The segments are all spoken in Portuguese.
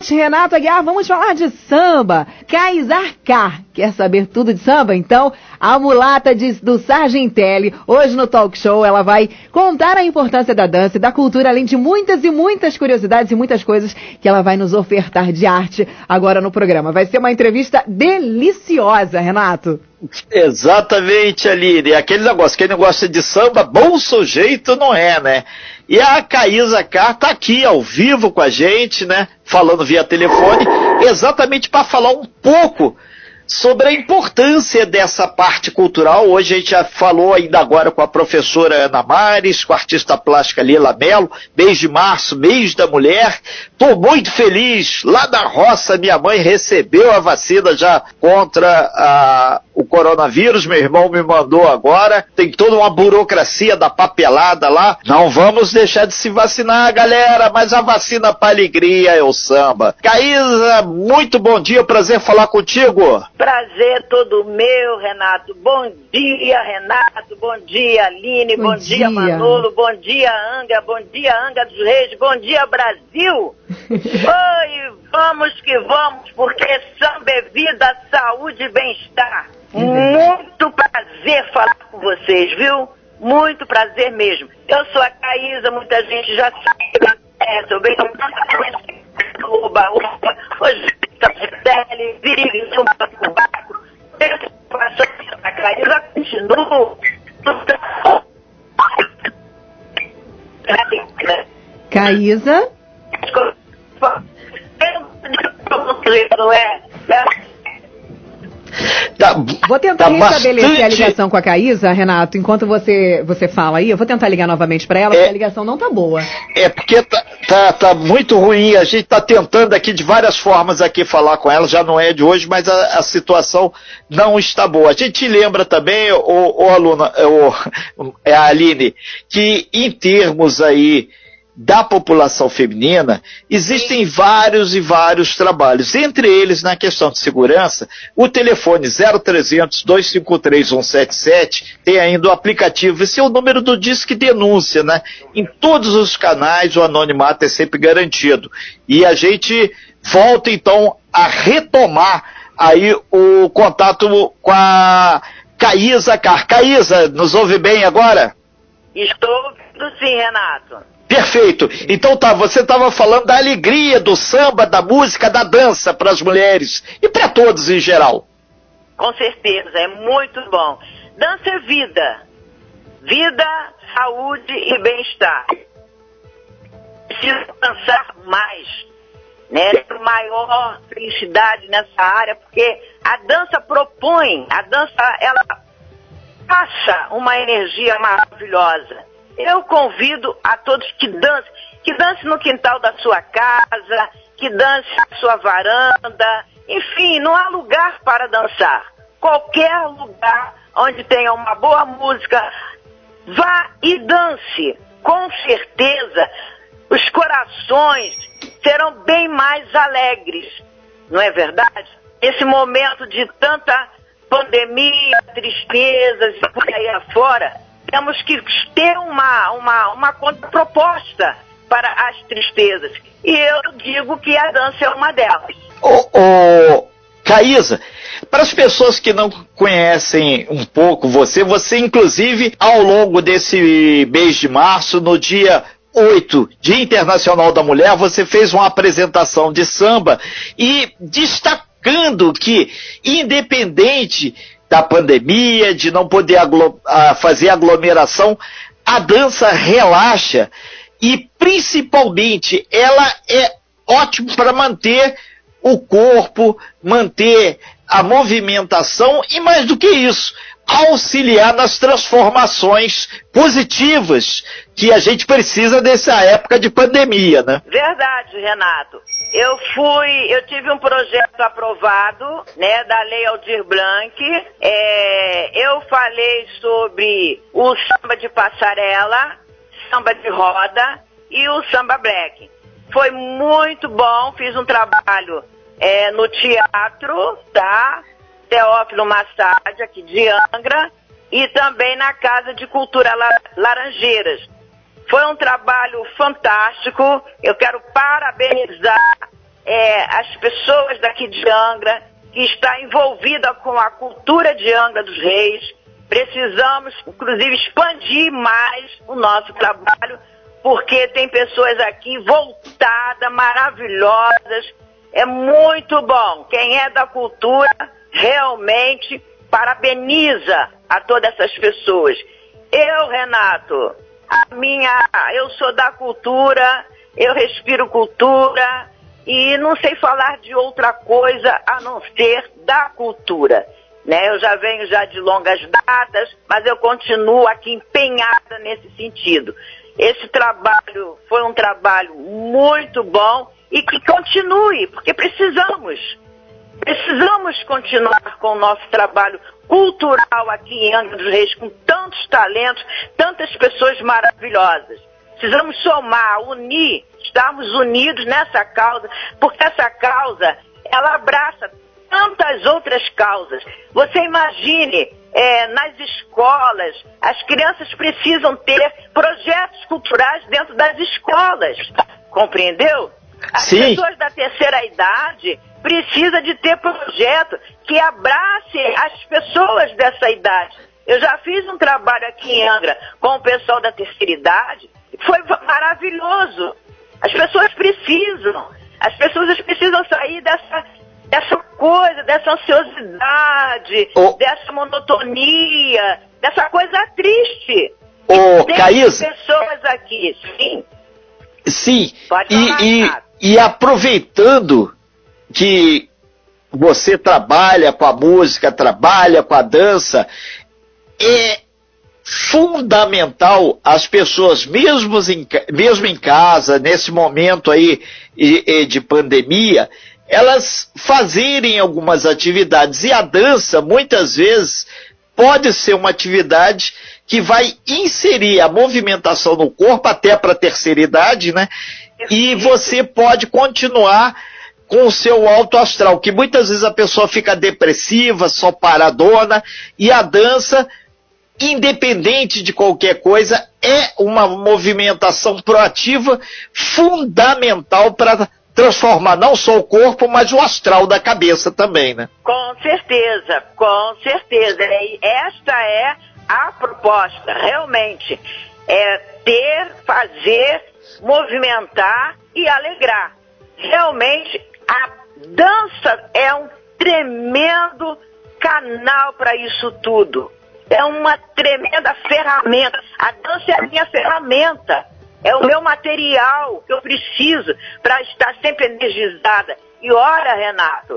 Renato Aguiar, vamos falar de samba. Kaysar Carr, quer saber tudo de samba? Então, a mulata do Sargentelli, hoje no Talk Show, ela vai contar a importância da dança e da cultura, além de muitas e muitas curiosidades e muitas coisas que ela vai nos ofertar de arte agora no programa. Vai ser uma entrevista deliciosa, Renato. Exatamente, Aline. Aquele negócio, quem não gosta de samba, bom sujeito não é, né? E a Kaysar Carr tá aqui ao vivo com a gente, né? Falando via telefone, exatamente para falar um pouco sobre a importância dessa parte cultural. Hoje a gente já falou ainda agora com a professora Ana Mares, com a artista plástica Lila Mello, mês de março, mês da mulher. Estou muito feliz, lá da roça minha mãe recebeu a vacina já contra o coronavírus, meu irmão me mandou agora, tem toda uma burocracia da papelada lá, não vamos deixar de se vacinar, galera, mas a vacina para alegria é o samba. Kaysar, muito bom dia, prazer falar contigo. Prazer todo meu, Renato. Bom dia, Renato. Bom dia, Aline. Bom dia, Manolo. Bom dia, Anga dos Reis. Bom dia, Brasil. Oi, vamos que vamos, porque samba é vida, saúde e bem-estar. Muito prazer falar com vocês, viu? Muito prazer mesmo. Eu sou a Kaysar, muita gente já sabe. Sou bem hoje Sargentelli, Virigo, a Kaysar continua. Kaysar? Não é? Vou tentar restabelecer a ligação com a Kaysar, Renato, enquanto você fala aí. Eu vou tentar ligar novamente para ela, porque a ligação não tá boa. É porque tá muito ruim. A gente tá tentando aqui de várias formas aqui falar com ela, já não é de hoje, mas a situação não está boa. A gente lembra também, a Aline, que em termos aí da população feminina, existem vários e vários trabalhos, entre eles na questão de segurança, o telefone 0300-253-177, tem ainda o aplicativo, esse é o número do Disque Denúncia, né? Em todos os canais o anonimato é sempre garantido. E a gente volta então a retomar aí o contato com a Kaysar Carr. Kaysar, nos ouve bem agora? Estou ouvindo sim, Renato. Perfeito. Então você estava falando da alegria do samba, da música, da dança para as mulheres e para todos em geral. Com certeza, é muito bom. Dança é vida. Vida, saúde e bem-estar. Preciso dançar mais, né? Ter maior felicidade nessa área, porque a dança propõe, a dança, ela passa uma energia maravilhosa. Eu convido a todos que dance no quintal da sua casa, que dance na sua varanda, enfim, não há lugar para dançar. Qualquer lugar onde tenha uma boa música, vá e dance. Com certeza, os corações serão bem mais alegres, não é verdade? Esse momento de tanta pandemia, tristezas e por aí afora, temos que ter uma contraproposta para as tristezas. E eu digo que a dança é uma delas. Kaysar, para as pessoas que não conhecem um pouco você inclusive ao longo desse mês de março, no dia 8, Dia Internacional da Mulher, você fez uma apresentação de samba e destacando que, independente da pandemia, de não poder fazer aglomeração, a dança relaxa e, principalmente, ela é ótima para manter o corpo, manter a movimentação e, mais do que isso, auxiliar nas transformações positivas que a gente precisa nessa época de pandemia, né? Verdade, Renato. Eu tive um projeto aprovado, né, da Lei Aldir Blanc. Eu falei sobre o samba de passarela, samba de roda e o samba black. Foi muito bom, fiz um trabalho no teatro, tá? Teófilo Massad, aqui de Angra, e também na Casa de Cultura Laranjeiras. Foi um trabalho fantástico. Eu quero parabenizar as pessoas daqui de Angra, que está envolvida com a cultura de Angra dos Reis. Precisamos, inclusive, expandir mais o nosso trabalho, porque tem pessoas aqui voltadas, maravilhosas. É muito bom. Quem é da cultura realmente parabeniza a todas essas pessoas. Eu, Renato, eu sou da cultura, eu respiro cultura e não sei falar de outra coisa a não ser da cultura. Né? Eu já venho de longas datas, mas eu continuo aqui empenhada nesse sentido. Esse trabalho foi um trabalho muito bom e que continue, porque precisamos continuar com o nosso trabalho cultural aqui em Angra dos Reis, com tantos talentos, tantas pessoas maravilhosas. Precisamos somar, unir, estarmos unidos nessa causa, porque essa causa, ela abraça tantas outras causas. Você imagine, nas escolas, as crianças precisam ter projetos culturais dentro das escolas, compreendeu? As pessoas da terceira idade precisam de ter projeto que abrace as pessoas dessa idade. Eu já fiz um trabalho aqui em Angra com o pessoal da terceira idade, foi maravilhoso. As pessoas precisam sair dessa coisa, dessa ansiosidade, dessa monotonia, dessa coisa triste. Tem Caísa, pessoas aqui, sim. Sim, Pode falar, e aproveitando que você trabalha com a música, trabalha com a dança, é fundamental as pessoas, mesmo em casa, nesse momento aí de pandemia, elas fazerem algumas atividades. E a dança, muitas vezes, pode ser uma atividade que vai inserir a movimentação no corpo, até para a terceira idade, né? E você pode continuar com o seu alto astral, que muitas vezes a pessoa fica depressiva, só paradona, e a dança, independente de qualquer coisa, é uma movimentação proativa fundamental para transformar não só o corpo, mas o astral da cabeça também, né? Com certeza, com certeza. Esta é a proposta, realmente. Fazer, movimentar e alegrar. Realmente, a dança é um tremendo canal para isso tudo. É uma tremenda ferramenta. A dança é a minha ferramenta. É o meu material que eu preciso para estar sempre energizada. E olha, Renato,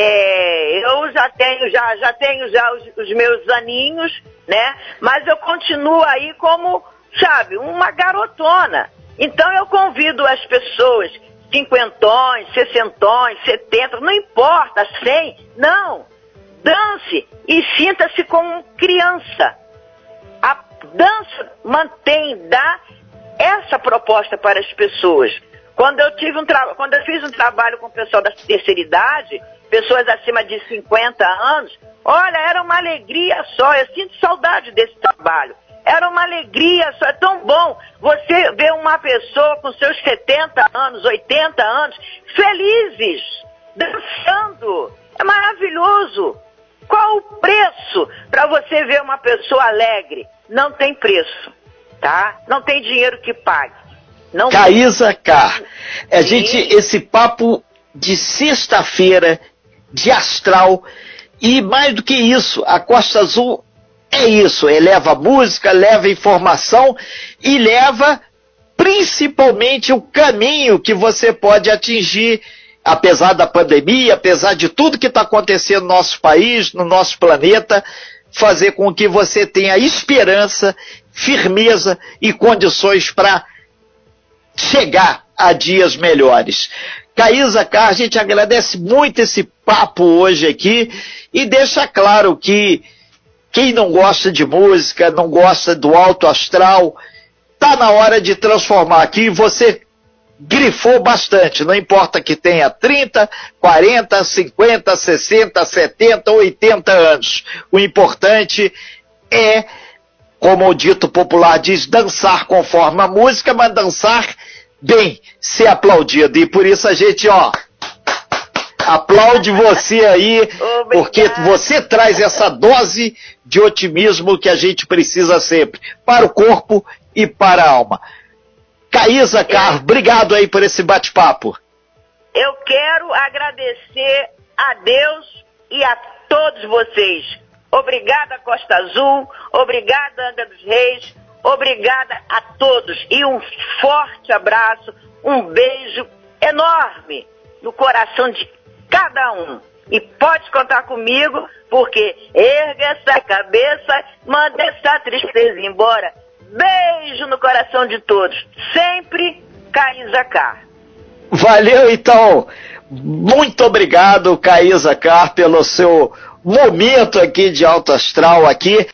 eu já tenho os meus aninhos, né? Mas eu continuo aí como, sabe, uma garotona. Então eu convido as pessoas, 50, 60, 70, não importa, 100, não. Dance e sinta-se como criança. A dança dá essa proposta para as pessoas. Quando eu fiz um trabalho com o pessoal da terceira idade, pessoas acima de 50 anos, olha, era uma alegria só. Eu sinto saudade desse trabalho. Era uma alegria só. É tão bom você ver uma pessoa com seus 70 anos, 80 anos, felizes, dançando. É maravilhoso. Qual o preço para você ver uma pessoa alegre? Não tem preço, tá? Não tem dinheiro que pague. Não Caísa Carr, esse papo de sexta-feira, de astral, e mais do que isso, a Costa Azul é isso, leva música, leva informação e leva principalmente o caminho que você pode atingir, apesar da pandemia, apesar de tudo que está acontecendo no nosso país, no nosso planeta, fazer com que você tenha esperança, firmeza e condições para chegar a dias melhores. Caísa Carr, a gente agradece muito esse papo hoje aqui e deixa claro que quem não gosta de música, não gosta do alto astral, tá na hora de transformar aqui. Você grifou bastante, não importa que tenha 30, 40, 50, 60, 70, 80 anos. O importante é, como o dito popular diz, dançar conforme a música, mas dançar bem, ser aplaudido. E por isso a gente, Aplaude você aí, Obrigada. porque você traz essa dose de otimismo que a gente precisa sempre, para o corpo e para a alma. Caísa Carr, obrigado aí por esse bate-papo. Eu quero agradecer a Deus e a todos vocês. Obrigada, Costa Azul, obrigada, Angra dos Reis, obrigada a todos. E um forte abraço, um beijo enorme no coração de cada um. E pode contar comigo, porque erga essa cabeça, manda essa tristeza embora. Beijo no coração de todos. Sempre Caísa Carr. Valeu, então. Muito obrigado, Caísa Carr, pelo seu momento aqui de alto astral aqui.